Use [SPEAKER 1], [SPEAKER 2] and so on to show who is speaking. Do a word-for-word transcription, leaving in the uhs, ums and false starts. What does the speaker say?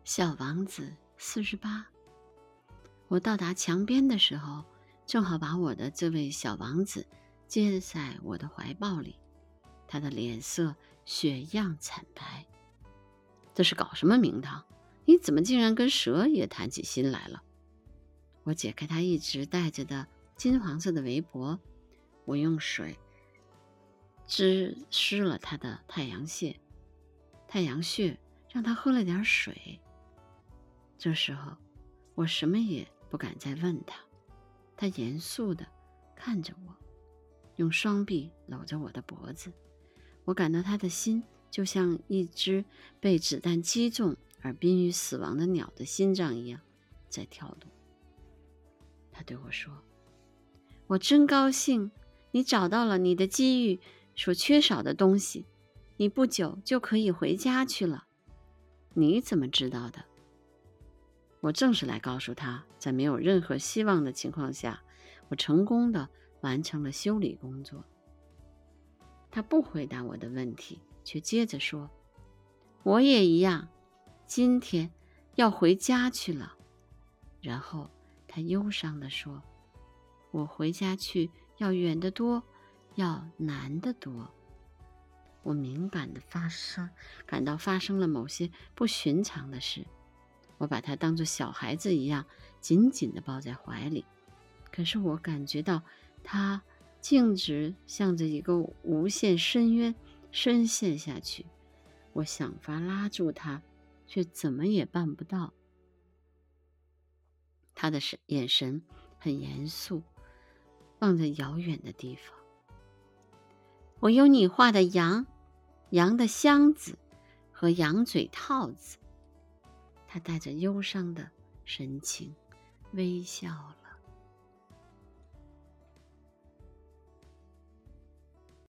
[SPEAKER 1] 小王子四十八。我到达墙边的时候，正好把我的这位小王子接在我的怀抱里，他的脸色血样惨白。这是搞什么名堂？你怎么竟然跟蛇也谈起心来了？我解开他一直戴着的金黄色的围脖，我用水滋湿了他的太阳穴，太阳穴让他喝了点水。这时候我什么也不敢再问他，他严肃地看着我，用双臂搂着我的脖子。我感到他的心就像一只被子弹击中而濒于死亡的鸟的心脏一样在跳动。他对我说，我真高兴你找到了你的机遇所缺少的东西，你不久就可以回家去了。你怎么知道的？我正是来告诉他，在没有任何希望的情况下，我成功地完成了修理工作。他不回答我的问题，却接着说，我也一样，今天要回家去了。然后他忧伤地说，我回家去要远得多，要难得多。我敏感地发生感到发生了某些不寻常的事。我把他当作小孩子一样紧紧地抱在怀里，可是我感觉到他径直向着一个无限深渊深陷下去。我想法拉住他，却怎么也办不到。他的眼神很严肃，望着遥远的地方。我有你画的羊，羊的箱子和羊嘴套子。他带着忧伤的神情微笑了。